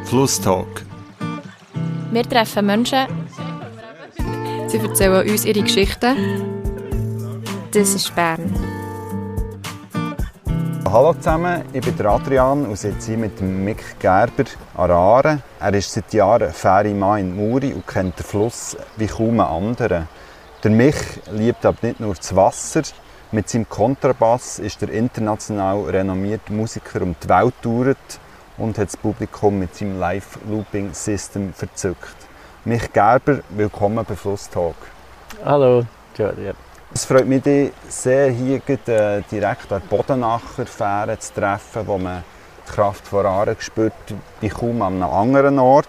Flusstalk. Wir treffen Menschen. Sie erzählen uns ihre Geschichten. Das ist Bern. Hallo zusammen, ich bin Adrian und sitze hier mit Mick Gerber an Aare. Er ist seit Jahren Fährimann in Muri und kennt den Fluss wie kaum ein anderer. Der Mick liebt aber nicht nur das Wasser. Mit seinem Kontrabass ist er international renommierte Musiker um die Welt getourt und hat das Publikum mit seinem Live-Looping-System verzückt. Mick Gerber, willkommen bei Flusstalk. Hallo, Jörg. Es freut mich, dich sehr, hier direkt an der Bodenacher Fähre zu treffen, wo man die Kraft von Aare spürt, wie kaum an einem anderen Ort.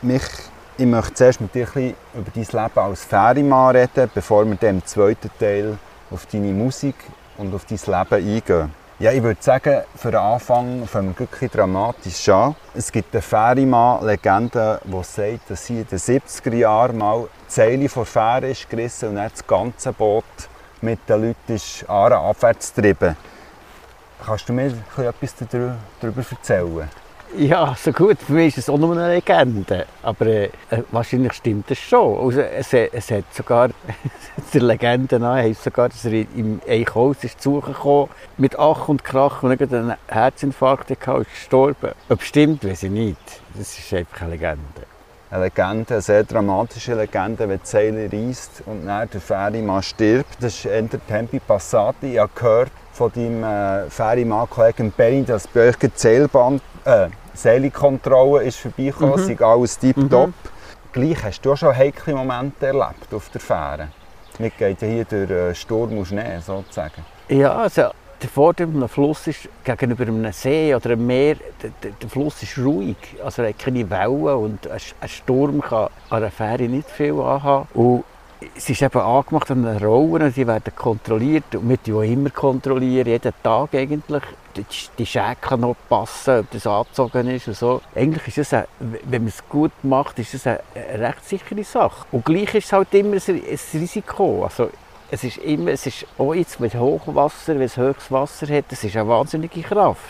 Ich möchte zuerst mit dir ein bisschen über dein Leben als Fährimann reden, bevor wir dann im zweiten Teil auf deine Musik und auf dein Leben eingehen. Ja, ich würde sagen, für den Anfang fangen wir wirklich dramatisch an. Es gibt eine Fährimann-Legende, die sagt, dass hier in den 70er Jahren mal die Seile von der Fähre ist gerissen und dann das ganze Boot mit den Leuten ist Aare abwärts getrieben. Kannst du mir etwas darüber erzählen? Ja, so gut. Für mich ist es auch nur eine Legende. Aber wahrscheinlich stimmt das schon. Also, es hat sogar, der Legende nach, heisst sogar, dass er im Eichhaus ist zu suchen gekommen, mit Ach und Krach und einen Herzinfarkt hatte und ist gestorben. Ob es stimmt, weiß ich nicht. Das ist einfach eine Legende. Eine Legende, eine sehr dramatische Legende, wenn die Seile reisst und dann der Fährimann stirbt. Das ist eher Tempi Passati. Ich habe gehört von deinem Fährimann-Kollegen Benny, dass bei euch die Seilkontrolle ist vorbeigekommen, sei alles tipptopp. Gleich hast du auch schon heikle Momente erlebt auf der Fähre. Wir gehen hier durch Sturm und Schnee, sozusagen. Ja, also der Vorteil einem Fluss ist gegenüber einem See oder einem Meer, der Fluss ist ruhig. Also er hat keine Wellen und ein Sturm kann an einer Fähre nicht viel anhaben. Und es ist eben angemacht an den Rollen, die werden kontrolliert und wir kontrollieren auch immer kontrollieren, jeden Tag eigentlich. Die Schäkel noch passen, ob das angezogen ist und so. Eigentlich ist es, wenn man es gut macht, ist es eine recht sichere Sache. Und gleich ist es halt immer ein Risiko. Also, es ist auch jetzt mit Hochwasser, wenn es höchstes Wasser hat, das ist eine wahnsinnige Kraft.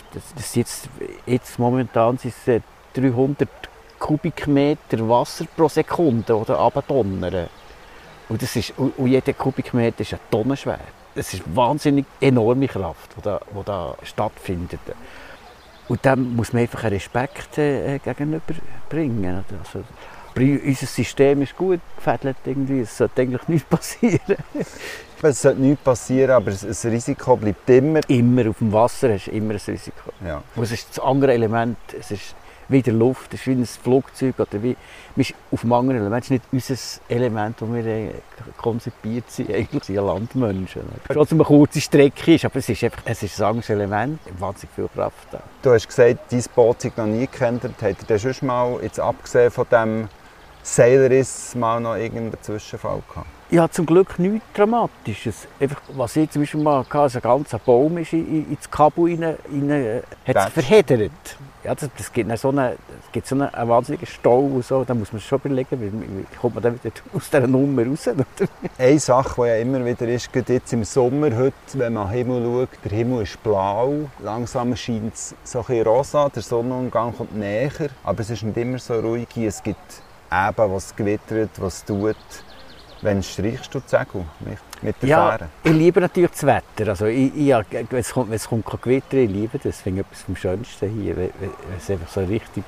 Jetzt momentan sind es 300 Kubikmeter Wasser pro Sekunde oder abdonnern. Und jeder Kubikmeter ist eine Tonne schwer. Es ist eine wahnsinnig enorme Kraft, die da stattfindet. Und dem muss man einfach einen Respekt gegenüberbringen. Also, unser System ist gut gefädelt irgendwie. Es sollte eigentlich nichts passieren. Es sollte nichts passieren, aber das Risiko bleibt immer. Immer auf dem Wasser hast du immer ein Risiko. Ja. Und es ist das andere Element. Es ist wie der Luft, es ist wie ein Flugzeug. Oder wie, auf dem anderen Element ist nicht unser Element, das wir konzipiert sind. Eigentlich sind wir Landmenschen. Trotzdem eine kurze Strecke ist, aber es ist ein anderes Element. Wahnsinnig viel Kraft da. Du hast gesagt, dein Boot sei noch nie gekentert. Hat er schon mal, jetzt abgesehen von diesem Seilriss, mal noch irgendeinen Zwischenfall gehabt? Ja, zum Glück nichts Dramatisches. Einfach, was ich zum Beispiel mal hatte, ein ganzer Baum ist ins Kabel rein hat verheddert. Ja, das gibt so einen wahnsinnigen Stau und so. Da muss man schon überlegen, wie kommt man dann wieder aus dieser Nummer raus? Eine Sache, die ja immer wieder ist, gerade jetzt im Sommer, heute, wenn man den Himmel schaut, der Himmel ist blau, langsam scheint es so ein bisschen rosa, der Sonnenuntergang kommt näher, aber es ist nicht immer so ruhig. Es gibt Eben, was gewittert, was tut. Wann streichst du die Segel mit der Fähre? Ich liebe natürlich das Wetter. Also wenn es kommt Gewitter, ich liebe das. Ich finde etwas vom Schönsten hier. Wenn es einfach so richtig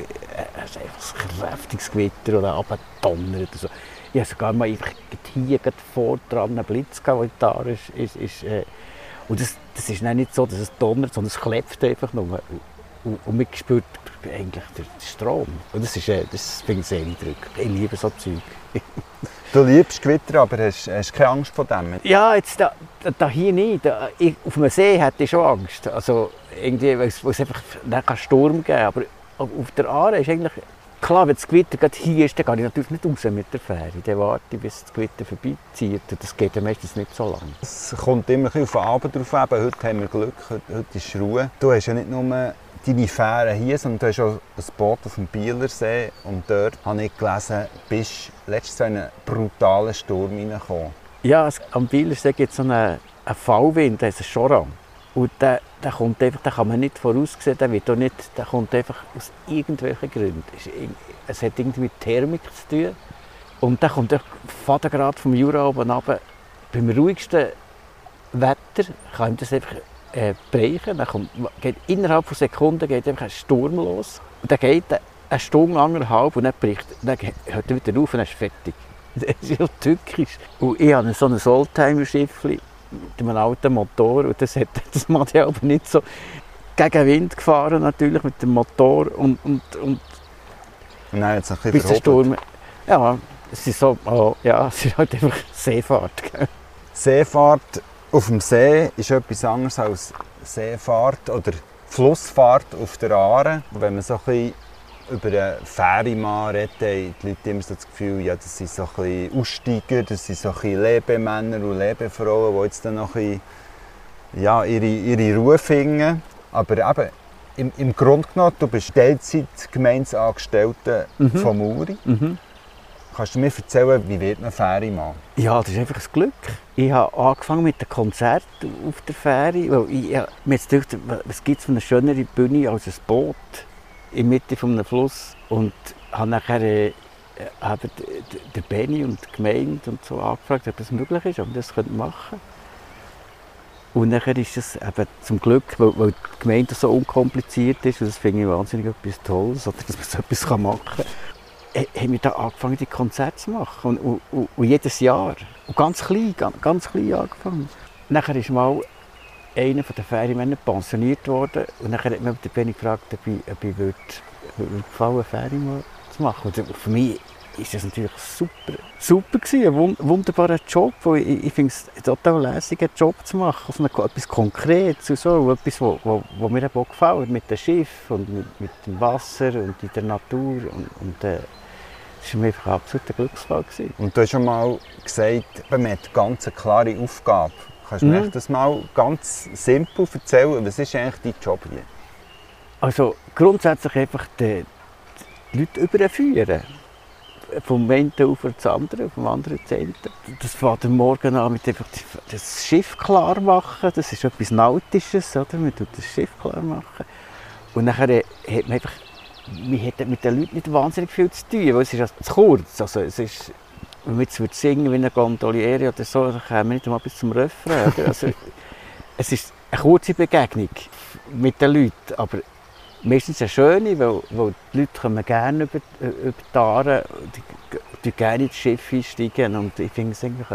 ein kräftiges Gewitter oder abdonnert. Also, ich habe sogar mal hier vor dran einen Blitz gehabt, der da ist. Und das ist nicht so, dass es donnert, sondern es klebt einfach nur. Und man spürt eigentlich den Strom. Und das finde ich sehr eindrücklich. Ich liebe so Zeug. Du liebst Gewitter, aber hast keine Angst vor dem? Ja, jetzt da hier nicht. Auf einem See hätte ich schon Angst. Also irgendwie, weil es einfach einen Sturm geben. Aber auf der Aare ist eigentlich klar, wenn das Gewitter gerade hier ist, dann gehe ich natürlich nicht raus mit der Fähre. Dann warte ich, bis das Gewitter vorbeizieht. Das geht ja meistens nicht so lange. Es kommt immer auf den Abend drauf an. Heute haben wir Glück, heute ist Ruhe. Du hast ja nicht nur deine Fähre hier, sondern du hast auch ein Boot auf dem Bielersee. Und dort habe ich gelesen, bist letztens in einen brutalen Sturm reingekommen. Ja, am Bielersee gibt es so einen Fallwind, der heisst Schoran. Und der kommt einfach, den kann man nicht voraussehen, der kommt einfach aus irgendwelchen Gründen. Es hat irgendwie mit Thermik zu tun. Und der kommt Fadengrad vom Jura oben runter. Beim ruhigsten Wetter kann ihm das einfach brechen. Dann geht innerhalb von Sekunden geht einfach ein Sturm los. Und dann geht eine Stunde, anderthalb und dann bricht. Dann hört er wieder auf und dann ist fertig. Das ist ja tückisch. Und ich habe so ein Oldtimer-Schiff mit einem alten Motor. Und das macht ja aber nicht so gegen Wind gefahren, natürlich, mit dem Motor. Und dann hat es ein bis bisschen der Sturm. Ja, es ist so, es ist halt einfach Seefahrt. Gell? Seefahrt auf dem See ist etwas anderes als Seefahrt oder Flussfahrt auf der Aare. Wenn man so ein bisschen über einen Fährimann redet, haben die Leute immer so das Gefühl, ja, das sind so ein bisschen Aussteiger, das sind so ein bisschen Lebemänner und Lebefrauen, die jetzt dann noch ein bisschen, ihre Ruhe finden. Aber eben, im Grunde genommen, du bist Teilzeit-Gemeindeangestellte von Muri. Mhm. Kannst du mir erzählen, wie wird man Fährimann? Ja, das ist einfach ein Glück. Ich habe angefangen mit dem Konzert auf der Fähre. Mir jetzt gedacht, was gibt es für eine schönere Bühne als ein Boot in der Mitte eines Flusses. Und habe nachher den Benni und die Gemeinde und so angefragt, ob das möglich ist, ob wir das machen können. Und nachher ist es eben zum Glück, weil die Gemeinde so unkompliziert ist, und das finde ich wahnsinnig etwas Tolles, oder dass man so etwas machen kann, haben wir da angefangen, die Konzerte zu machen. Und jedes Jahr. Und ganz klein angefangen. Nachher ist mal einer der Fährmänner pensioniert worden. Und nachher hat man den Benni gefragt, ob ich würde gefallen, Fährmann zu machen. Und für mich war das natürlich super gewesen, ein wunderbarer Job. Ich finde es total lässig, einen Job zu machen, also etwas Konkretes und so, etwas, wo mir eben auch gefällt, mit dem Schiff und mit dem Wasser und in der Natur. Das war mir einfach absolut ein Glücksfall gewesen. Und du hast schon mal gesagt, man hat ganz eine klare Aufgabe. Kannst du mir das mal ganz simpel erzählen? Was ist eigentlich dein Job hier? Also grundsätzlich einfach die Leute überführen. Vom einen Ufer zum anderen, vom anderen Zentrum. Das fängt am Morgen an mit einfach das Schiff klar machen. Das ist etwas Nautisches, oder? Man tut das Schiff klar machen. Und nachher hat man einfach, mit den Leuten nicht wahnsinnig viel zu tun, weil es ist zu kurz. Also es ist, wenn man jetzt singen wie eine Gondoliere oder so, dann kommen wir nicht einmal bis zum Refrain. Also, es ist eine kurze Begegnung mit den Leuten, aber meistens eine schöne, weil die Leute kommen gerne über die Aare, die gerne ins Schiff einsteigen. Und ich finde es eigentlich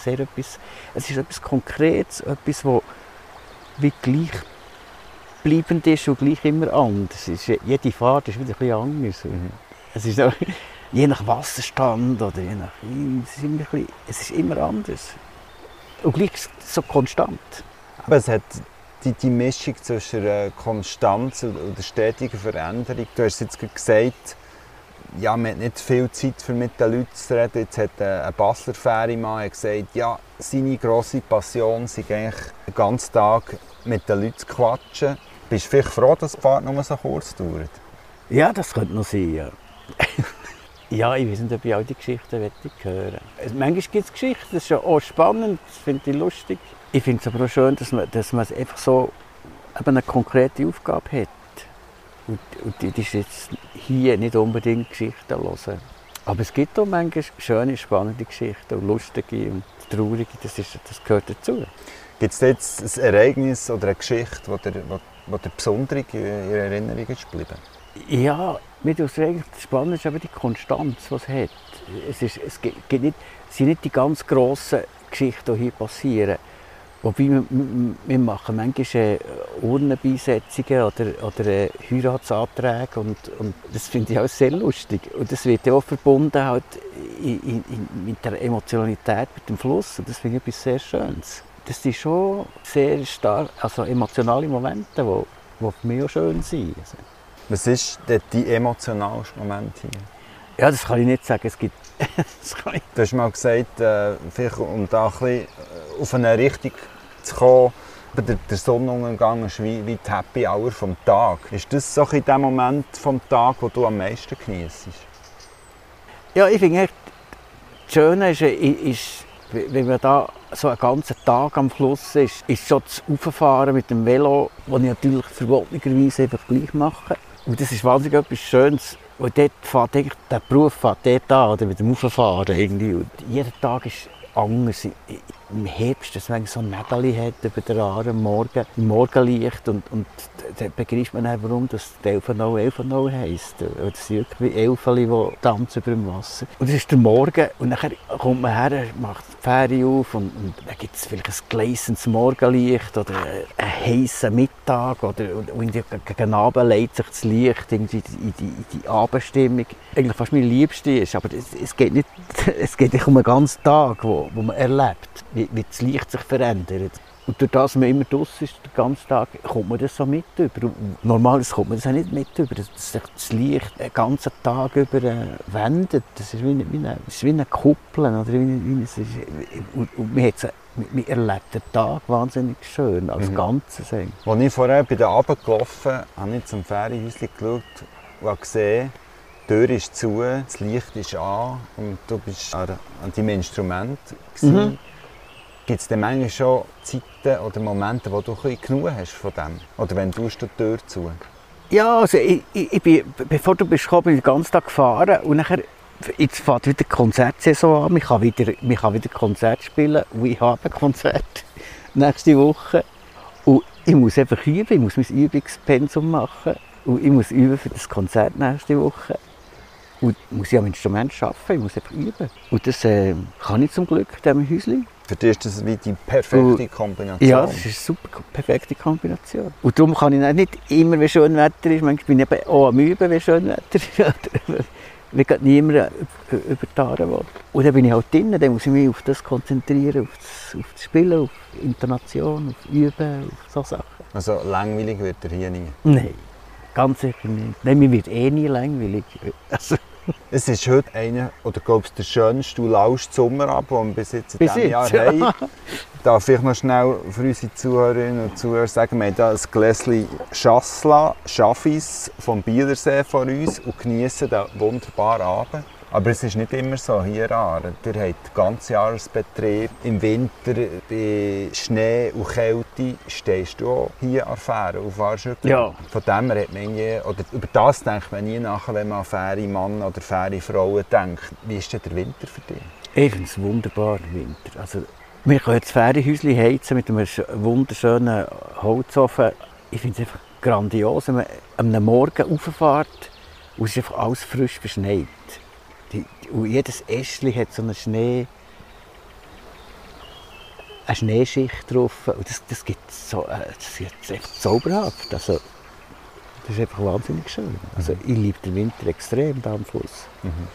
es ist etwas Konkretes, etwas, das wie gleichbleibend ist und gleich immer anders. Jede Fahrt ist wieder ein bisschen anders. Es ist auch, je nach Wasserstand oder je nach, es ist immer anders. Und gleich so konstant. Aber es hat die Mischung zwischen Konstanz und der stetigen Veränderung. Du hast jetzt gesagt, ja, man hat nicht viel Zeit, mit den Leuten zu reden. Jetzt hat ein Basler Fährimann gesagt, ja, seine grosse Passion sei eigentlich den ganzen Tag mit den Leuten zu quatschen. Bist du vielleicht froh, dass die Fahrt nur so kurz dauert? Ja, das könnte noch sein, ja. Ja, ich weiß nicht, ob ich all die Geschichten hören möchte. Manchmal gibt es Geschichten, das ist ja auch spannend, das finde ich lustig. Ich finde es aber auch schön, dass man einfach so eine konkrete Aufgabe hat. Und die ist jetzt hier nicht unbedingt Geschichten hören. Aber es gibt auch manchmal schöne, spannende Geschichten und lustige und traurige, das gehört dazu. Gibt es jetzt ein Ereignis oder eine Geschichte, die besonders in Erinnerung ist geblieben? Ja, mir ist eigentlich das Spannende ist aber die Konstanz, die es hat. Es sind nicht die ganz grossen Geschichten, die hier passieren. Wobei wir machen manchmal Urnenbeisetzungen oder Heiratsanträge und das finde ich auch sehr lustig. Und das wird ja auch verbunden halt mit der Emotionalität mit dem Fluss und das finde ich etwas sehr Schönes. Das sind schon sehr stark, also emotionale Momente, die für mich auch schön sind. Was ist denn dein emotionalster Moment hier? Ja, das kann ich nicht sagen. Du hast mal gesagt, vielleicht um da ein bisschen auf eine Richtung zu kommen, der Sonnenuntergang ist wie die Happy Hour vom Tag. Ist das so in dem Moment vom Tag, den du am meisten genießt? Ja, ich finde, das Schöne ist, wenn man da so einen ganzen Tag am Fluss ist schon das Rauffahren mit dem Velo, das ich natürlich verbotenerweise einfach gleich mache. Und das ist wahnsinnig etwas Schönes. Und dort fährt der Beruf fährt dort an, oder mit dem Rauffahren irgendwie. Und jeder Tag ist anders. Im Herbst, dass man so ein Nebel hat über der Aare am Morgen, im Morgenlicht. Und dann begreift man dann, warum das 11.0 heisst. Das sind wirklich wie Elfenli, die tanzen über dem Wasser. Und das ist der Morgen. Und dann kommt man her, macht die Fähre auf und dann gibt es vielleicht ein gleißendes Morgenlicht oder einen heissen Mittag. Und gegen Abend leitet sich das Licht in die Abendstimmung. Eigentlich fast mein Liebste ist, aber es geht nicht um einen ganzen Tag, wo man erlebt, wie das Licht sich verändert. Und durch das, dass man immer draussen ist, den ganzen Tag, kommt man das so mit über. Normalerweise kommt man das auch nicht mit über, dass sich das Licht den ganzen Tag über wendet. Das ist wie eine Kuppel. Oder und man erlebt den Tag wahnsinnig schön, als Ganzes. Als ich vorher bei der Abend gelaufen bin, habe ich zum Ferienhäuschen geschaut und habe gesehen, die Tür ist zu, das Licht ist an und du bist an deinem Instrument. Gibt es denn manchmal schon Zeiten oder Momente, wo du ein bisschen genug hast von dem? Oder wenn du die Tür zu? Ja, also ich bin, bevor du bist gekommen, bin ich den ganzen Tag gefahren und nachher, jetzt fängt wieder die Konzertsaison an. Ich kann wieder Konzert spielen und ich habe ein Konzert nächste Woche. Und ich muss einfach üben, ich muss mein Übungspensum machen und ich muss üben für das Konzert nächste Woche. Und muss ich am Instrument arbeiten, ich muss einfach üben. Und das kann ich zum Glück in diesem Häuschen. Für dich ist das wie die perfekte Kombination? Ja, das ist eine super perfekte Kombination. Und darum kann ich nicht immer, wenn schön Wetter ist, manchmal bin ich eben auch am Üben, wenn schön Wetter ist, wenn gerade niemand über die Aare will. Und dann bin ich halt drin, dann muss ich mich auf das konzentrieren, auf das Spielen, auf Intonation, auf Üben, auf solche Sachen. Also langweilig wird er hier nie? Nein, ganz sicher nicht. Nein, mir wird nie langweilig. Also, es ist heute einer, oder glaubst du, der schönste und lauschte Sommer ab, den wir bis jetzt in diesem Jahr haben. Darf ich noch schnell für unsere Zuhörerinnen und Zuhörer sagen, wir haben hier ein Gläschen Chaffis vom Bielersee vor uns und genießen den wunderbaren Abend. Aber es ist nicht immer so hier an. Ihr habt den ganzen Jahresbetrieb. Im Winter, bei Schnee und Kälte, stehst du auch hier an Fähren und fahrst über. Ja. Von dem her hat man oder über das denkt man nie nachher, wenn man an Fährimann oder Fährifrauen denkt. Wie ist denn der Winter für dich? Ich finde es wunderbar, Winter. Also, wir können das Ferienhäuschen heizen mit einem wunderschönen Holzofen. Ich finde es einfach grandios, wenn man am Morgen rauffährt und es ist einfach alles frisch verschneit. Und jedes Ästchen hat so eine Schneeschicht drauf. Und das gibt so, das ist echt zauberhaft. Also, das ist einfach wahnsinnig schön. Also, ich liebe den Winter extrem hier am Fluss.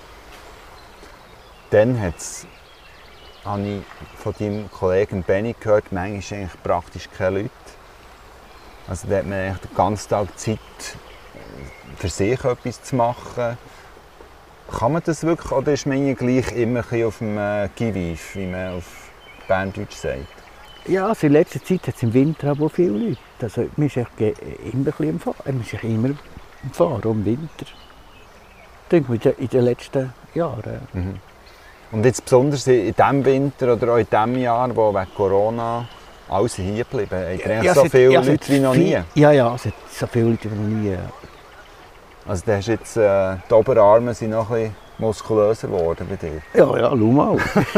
Dann habe ich von deinem Kollegen Benny gehört, manchmal ist eigentlich praktisch keine Leute. Also da hat man eigentlich den ganzen Tag Zeit, für sich etwas zu machen. Kann man das wirklich, oder ist man gleich immer ein bisschen auf dem Gewief, wie man auf Berndeutsch sagt? Ja, also in letzter Zeit hat es im Winter auch viele Leute. Also man ist immer ein bisschen am Fahren. Man ist immer am Fahren, im Winter. Denke ich, in den letzten Jahren. Und jetzt besonders in diesem Winter oder auch in diesem Jahr, wo wegen Corona alles hier geblieben ist, habt ihr so viele Leute wie noch nie? Ja, es hat so viele Leute wie noch nie. Also da hast jetzt, die Oberarme sind noch ein bisschen muskulöser geworden bei dir? Ja, schau mal.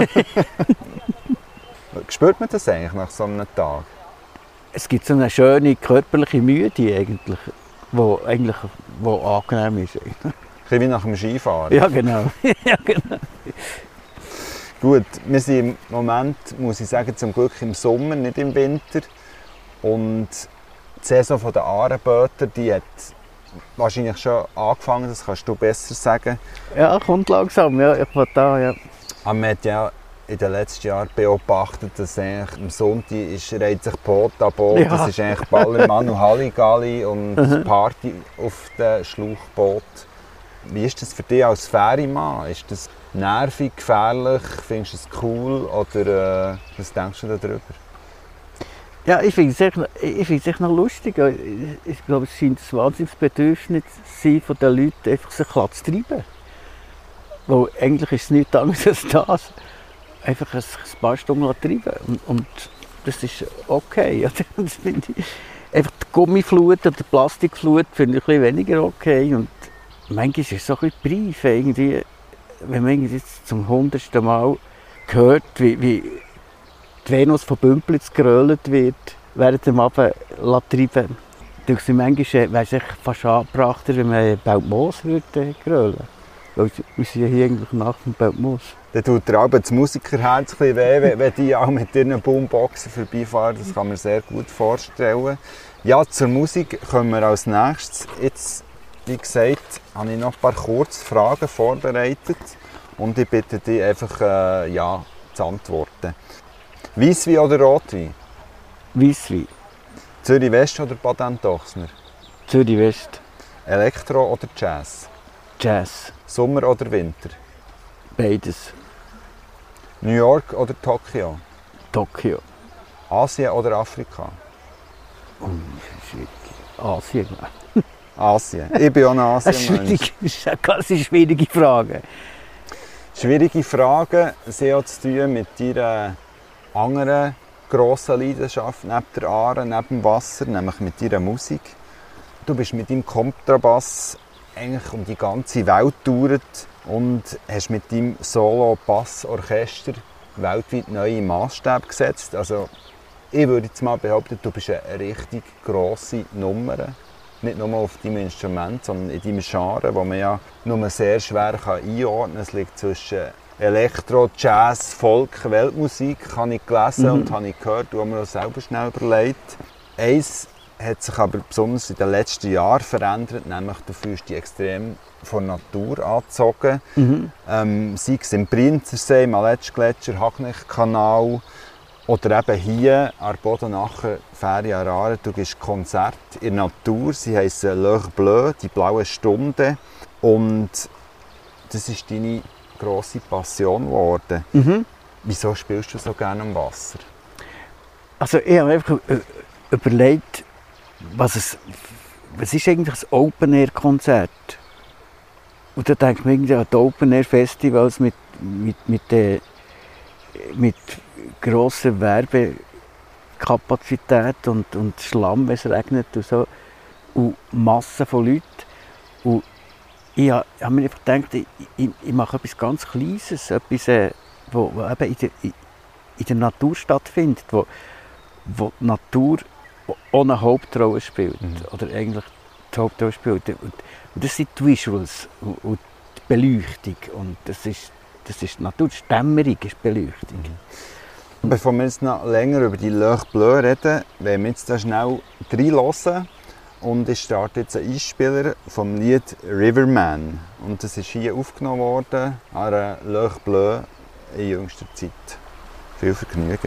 Spürt man das eigentlich nach so einem Tag? Es gibt so eine schöne körperliche Müde, eigentlich, die angenehm ist. Ein bisschen wie nach dem Skifahren? Ja, genau. Ja, genau. Gut, wir sind im Moment, muss ich sagen, zum Glück im Sommer, nicht im Winter. Und die Saison der Aareböter, die hat wahrscheinlich schon angefangen, das kannst du besser sagen. Ja, kommt langsam, ja, ich bin da, ja. Aber man hat ja in den letzten Jahren beobachtet, dass eigentlich am Sonntag reiht sich Boot an Boot. Ja. Das ist eigentlich Ballermann und Halligalli und Party auf dem Schlauchboot. Wie ist das für dich als Fährimann? Ist das nervig, gefährlich? Findest du es cool? Oder was denkst du darüber? Ja, ich finde es echt noch lustig. Ich glaube, es scheint ein wahnsinniges Bedürfnis zu sein, den Leuten einfach sich zu treiben. Weil eigentlich ist es nichts anderes als das. einfach ein paar Stunden treiben und das ist okay. Das finde ich, einfach die Gummiflut oder die Plastikflut finde ich ein bisschen weniger okay. Und manchmal ist es so ein bisschen brief, irgendwie, wenn man jetzt zum 100. Mal hört, wie die Venus von Bümplitz gerölt wird, während dem Abend treiben. Manchmal wäre es fast angebrachter, wenn man Beltmoos grölen würde. Weil wir sind ja hier eigentlich nach dem Beltmoos. Dann tut dir aber das Musikerherz ein bisschen weh, wenn die auch mit ihren Boomboxen vorbeifahren. Das kann man sehr gut vorstellen. Ja, zur Musik kommen wir als nächstes. Jetzt, wie gesagt, habe ich noch ein paar kurze Fragen vorbereitet. Und ich bitte dich einfach zu antworten. Weisswein oder Rotwein? Weisswein. Zürich West oder Patent-Ochsner? Zürich West. Elektro oder Jazz? Jazz. Sommer oder Winter? Beides. New York oder Tokio? Tokio. Asien oder Afrika? Schwierig. Asien. Asien. Ich bin auch ein Asienmensch. Das ist eine ganz schwierige Frage. Schwierige Fragen sind auch zu tun mit deiner anderen grossen Leidenschaft neben der Aare, neben dem Wasser, nämlich mit deiner Musik. Du bist mit deinem Kontrabass eigentlich um die ganze Welt getourt und hast mit deinem Solo-Bassorchester weltweit neue Maßstäbe gesetzt. Also, ich würde jetzt mal behaupten, du bist eine richtig grosse Nummer. Nicht nur auf deinem Instrument, sondern in deinem Genre, das man ja nur sehr schwer einordnen kann. Es liegt zwischen Elektro, Jazz, Folk, Weltmusik, habe ich gelesen und habe ich gehört und mir auch selber schnell überlegt. Eins hat sich aber besonders in den letzten Jahren verändert, nämlich du fühlst dich extrem von Natur angezogen. Sei es im Brienzersee, im Aletschgletscher, Hagnechtkanal oder eben hier an der Bodenacher Ferie an Aare. Du gibst Konzerte in der Natur, sie heissen «L'Heure Bleue», die blaue Stunde. Und das ist deine grosse Passion geworden. Wieso spielst du so gerne am Wasser? Also ich habe einfach überlegt, was ist eigentlich ein Open-Air-Konzert? Und da denke ich mir irgendwie an die Open-Air-Festivals mit grosser Werbekapazität und Schlamm, wenn es regnet und so. Und Massen von Leuten. Und ich habe mir einfach gedacht, ich mache etwas ganz Kleines, etwas, wo eben in der Natur stattfindet, wo die Natur ohne Hauptrolle spielt. Oder eigentlich die Hauptrolle spielt. Und das sind die Visuals und die Beleuchtung. Und das ist die Natur, die Dämmerung ist die Beleuchtung. Bevor wir jetzt noch länger über die «L'Heure Bleue» reden, wollen wir jetzt da schnell reinhören. Und ich starte jetzt einen Einspieler vom Lied «Riverman». Und das ist hier aufgenommen worden an der «L'Heure Bleue» in jüngster Zeit. Viel Vergnügen.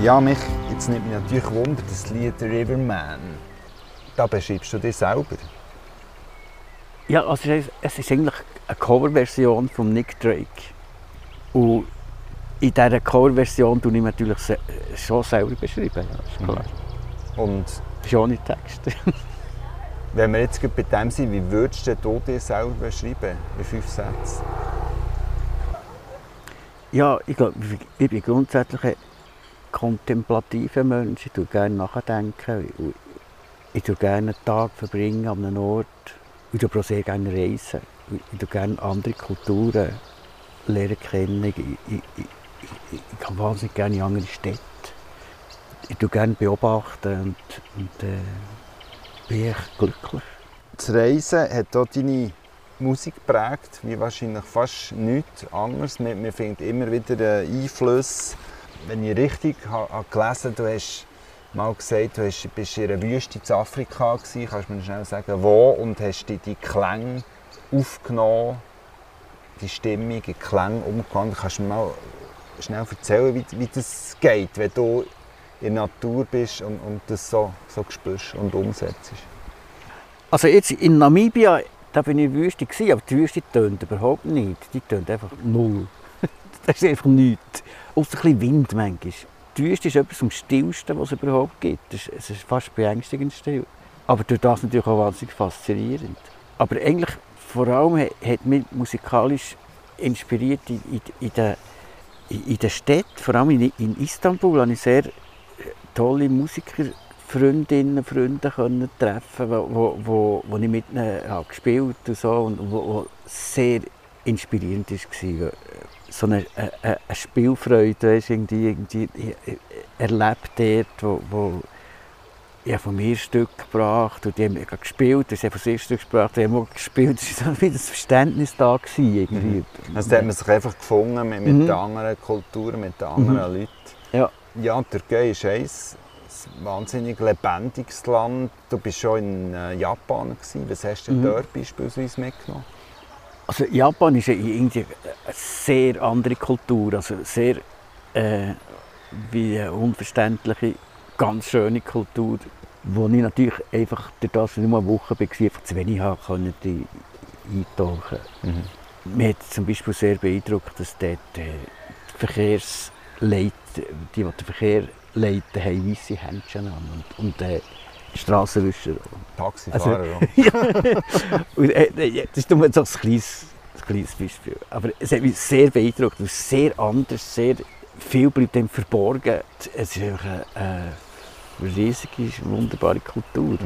Ja, jetzt nimmt mich natürlich Wunder, das Lied «Riverman». Da beschreibst du dich selber. Ja, also es ist eigentlich eine Coverversion von Nick Drake. Und in dieser Coverversion beschreibe ich natürlich schon selber beschrieben, ja, ist klar. Und das ist ohne Text. wenn wir jetzt bei dem sind, wie würdest du dich selber beschreiben in 5 Sätzen? Ja, ich glaube, ich bin grundsätzlich ein kontemplativer Mensch. Ich tue gerne nachdenken. Ich tue gerne einen Tag verbringen an einem Ort. Ich tue auch sehr gerne reisen. Ich tue gerne andere Kulturen lernen kennen. Ich gehe wahnsinnig gerne in andere Städte. Ich tue gerne beobachten und bin echt glücklich. Das Reisen hat auch deine Musik geprägt, wie wahrscheinlich fast nichts anderes. Man findet immer wieder Einflüsse. Wenn ich richtig gelesen habe, du hast mal gesagt, du bist in einer Wüste in Afrika gewesen. Kannst du mir schnell sagen, wo? Und hast die Klänge aufgenommen, die Stimmung, die Klänge umgewandelt. Kannst du mir mal schnell erzählen, wie das geht, wenn du in der Natur bist und das so spürst und umsetzt? Also jetzt in Namibia, da bin ich in der Wüste gewesen, aber die Wüste tönt überhaupt nicht. Die tönt einfach null. Das ist einfach nichts. Ausser ein bisschen Wind manchmal. Die Wüste ist etwas am Stillsten, was es überhaupt gibt. Es ist fast beängstigend still. Aber durch das natürlich auch wahnsinnig faszinierend. Aber eigentlich vor allem hat mich musikalisch inspiriert in der Stadt, vor allem in Istanbul, habe ich sehr tolle Musiker, Freundinnen, Freunde treffen, wo ich mit ihnen habe gespielt und so, und wo sehr inspirierend war. So eine Spielfreude irgendwie erlebt dort, wo ich von mir ein Stück gebracht und die haben gespielt, sie haben von sich ein Stück gebracht, die haben auch gespielt, es war wie das Verständnis da irgendwie. Also da hat man sich einfach gefunden mit den anderen Kulturen, mit den anderen Leuten. Ja. Ja, die Türkei ist ein wahnsinnig lebendiges Land. Du warst schon in Japan gewesen. Was hast du dort beispielsweise mitgenommen? Also Japan ist irgendwie eine sehr andere Kultur, also sehr wie eine unverständliche, ganz schöne Kultur, wo ich natürlich einfach, durch das, dass ich nur eine Woche war, einfach zu wenig konnte eintauchen. Mich hat zum Beispiel sehr beeindruckt, dass dort die den Verkehr leiten, haben weisse Händchen an und Strassenwischer. Taxifahrer. Also, das ist nur so ein kleines Beispiel. Aber es hat mich sehr beeindruckt. Es ist sehr anders, sehr viel bleibt dem verborgen. Es ist einfach eine riesige, wunderbare Kultur.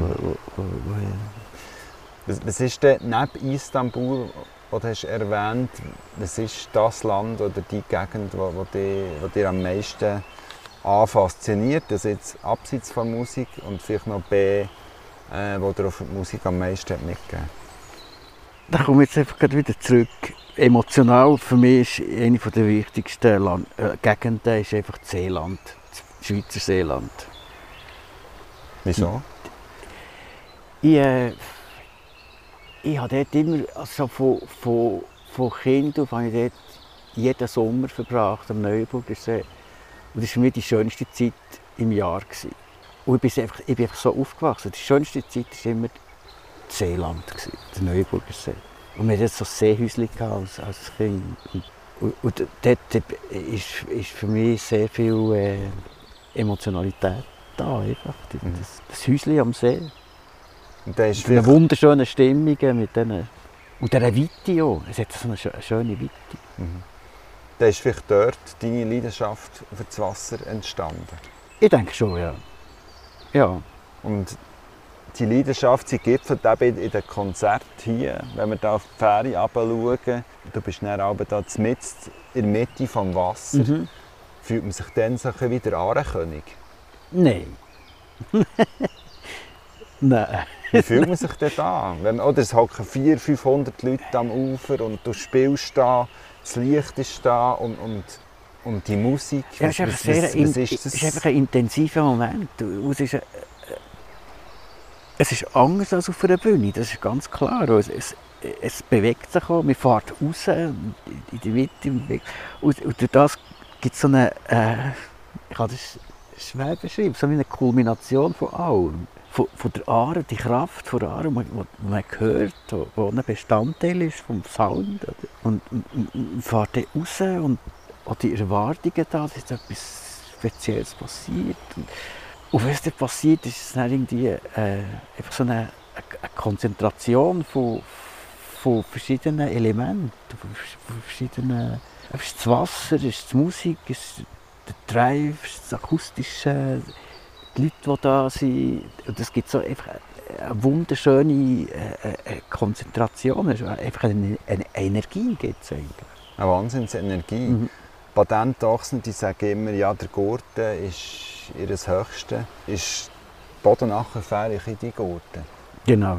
Was ist denn neben Istanbul, das hast du erwähnt, was ist das Land oder die Gegend, die dir am meisten A fasziniert, das jetzt abseits von Musik, und vielleicht noch B, wo dir auf die Musik am meisten mitgegeben hat? Da komme ich jetzt einfach wieder zurück. Emotional für mich ist eine der wichtigsten Gegenden ist einfach das Seeland, das Schweizer Seeland. Wieso? Ich habe dort immer, also von Kind auf, habe ich dort jeden Sommer verbracht am Neuenburger See. Und das war für mich die schönste Zeit im Jahr. Und ich bin einfach so aufgewachsen. Die schönste Zeit war immer das Seeland, der Neuenburger See. Und wir hatten so Seehäuschen als Kind. Und dort ist für mich sehr viel Emotionalität da. Einfach. Das Häuschen am See. Und da ist eine wunderschöne Stimmung mit denen. Und dieser Weite auch. Es hat so eine schöne Weite. Da ist vielleicht dort deine Leidenschaft für das Wasser entstanden? Ich denke schon, ja. Ja. Und die Leidenschaft, sie gipfelt eben in den Konzerten hier, wenn wir hier auf die Fähre hinabschauen. Du bist dann aber da mitten in der Mitte des Wassers. Fühlt man sich dann so wie der Ahrenkönig? Nein. Nein. Wie fühlt man sich denn da? Oder es hocken 400-500 Leute am Ufer und du spielst da, das Licht ist da und die Musik. Ja, es ist einfach ein intensiver Moment. Es ist anders als auf einer Bühne, das ist ganz klar. Es bewegt sich auch, man fährt raus in die Mitte. Und durch das gibt es so eine, ich kann das schwer beschreiben, so wie eine Kulmination von allem. Von der Aare, die Kraft von der Aare, die man hört, die ein Bestandteil ist vom Sound. Und fährt dann raus und auch die Erwartungen da, dass etwas Spezielles passiert. Und wenn es dann passiert, ist es dann irgendwie einfach so eine Konzentration von verschiedenen Elementen, von verschiedenen... Es ist das Wasser, es ist die Musik, es ist der Drive, es ist das Akustische, die Leute, die da sind. Und es gibt so einfach eine wunderschöne Konzentration, einfach eine Energie gibt es eigentlich. Eine Wahnsinnsenergie. Mhm. Patenttachsende sagen immer, ja, der Gurten ist ihr Höchste. Ist die Bodenacher Fähre in die Gurten? Genau.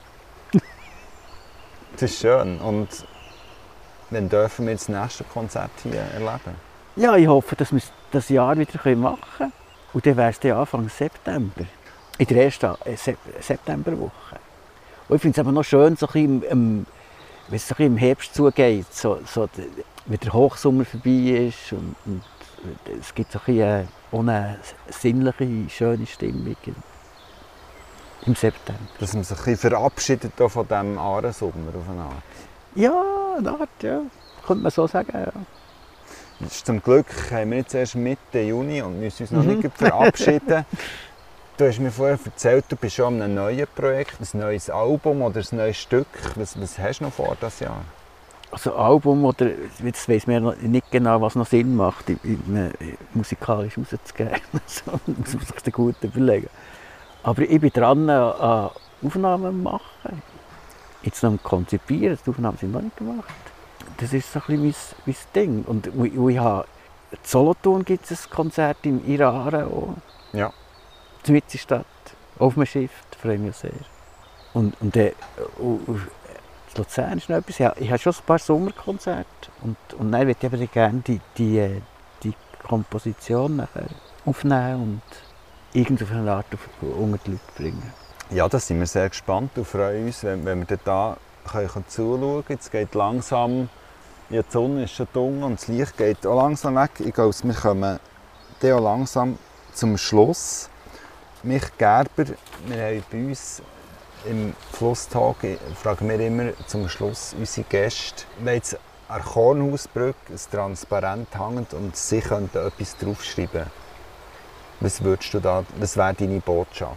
Das ist schön. Und wann dürfen wir das nächste Konzert hier erleben? Ja, ich hoffe, dass wir das Jahr wieder machen können. Und dann wäre es dann Anfang September. In der ersten Septemberwoche. Und ich finde es aber noch schön, so wenn es so im Herbst zugeht, wenn der Hochsommer vorbei ist und es gibt so eine sinnliche, schöne Stimmung im September. Dass man sich ein bisschen verabschiedet von diesem Aarensommer auf eine Art? Ja, eine Art, ja. Könnte man so sagen, ja. Zum Glück haben wir jetzt erst Mitte Juni und müssen uns noch nicht verabschieden. Du hast mir vorher erzählt, du bist schon an einem neuen Projekt, ein neues Album oder ein neues Stück. Was hast du noch vor dieses Jahr? Also Album, oder jetzt weiss man ja nicht genau, was noch Sinn macht, musikalisch rauszugeben. Das muss man sich gut überlegen. Aber ich bin dran, an Aufnahmen zu machen. Jetzt noch am Konzipieren, die Aufnahmen sind noch nicht gemacht. Das ist so ein bisschen mein Ding. Und ich habe in Solothurn gibt es ein Konzert im Iran auch. Ja. In der Stadt, auf dem Schiff, da freue ich mich sehr. Und in Luzern ist noch etwas. Ich habe schon ein paar Sommerkonzerte. Und dann würde ich aber gerne die Komposition nachher aufnehmen und irgendeine Art unter die Leute bringen. Ja, da sind wir sehr gespannt und freuen uns, wenn wir da zuschauen können. Es geht langsam, ja, die Sonne ist schon dunkel und das Licht geht auch langsam weg. Ich glaube, wir kommen dann auch langsam zum Schluss. Mich Gerber, wir haben bei uns im Flusstag, fragen wir immer zum Schluss unsere Gäste, wenn jetzt an der Kornhausbrücke ein Transparent hängt und sie könnten etwas draufschreiben. Was wäre deine Botschaft?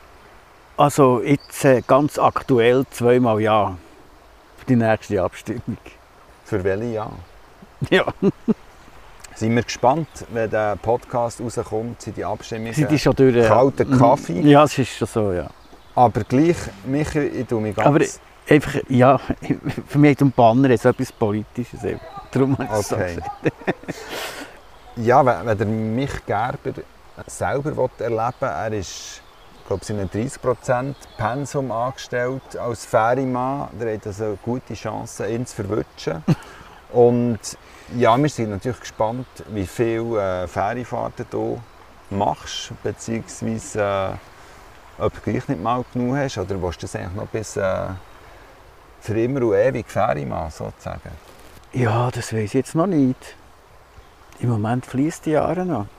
Also jetzt ganz aktuell 2-mal Ja für die nächste Abstimmung. Für welche Ja? Ja. Sind wir gespannt, wenn der Podcast rauskommt, sind die Abstimmungen schon durch, kalter Kaffee? Ja, es ist schon so, ja. Aber gleich, Michael, ich tue mich ganz... Aber einfach, ja, für mich ist ein Banner jetzt etwas Politisches. Darum habe ich es so gesagt. Ja, wenn der Mich Gerber selber erleben will, er ist, glaube ich, in einem 30% Pensum angestellt als Ferienmann. Er hat also gute Chancen, ihn zu verwutschen. Und ja, wir sind natürlich gespannt, wie viele Ferienfahrten du machst, beziehungsweise ob du gleich nicht mal genug hast, oder willst du das eigentlich noch bis für immer und ewig Ferienmann sozusagen? Ja, das weiß ich jetzt noch nicht. Im Moment fließt die Jahre noch.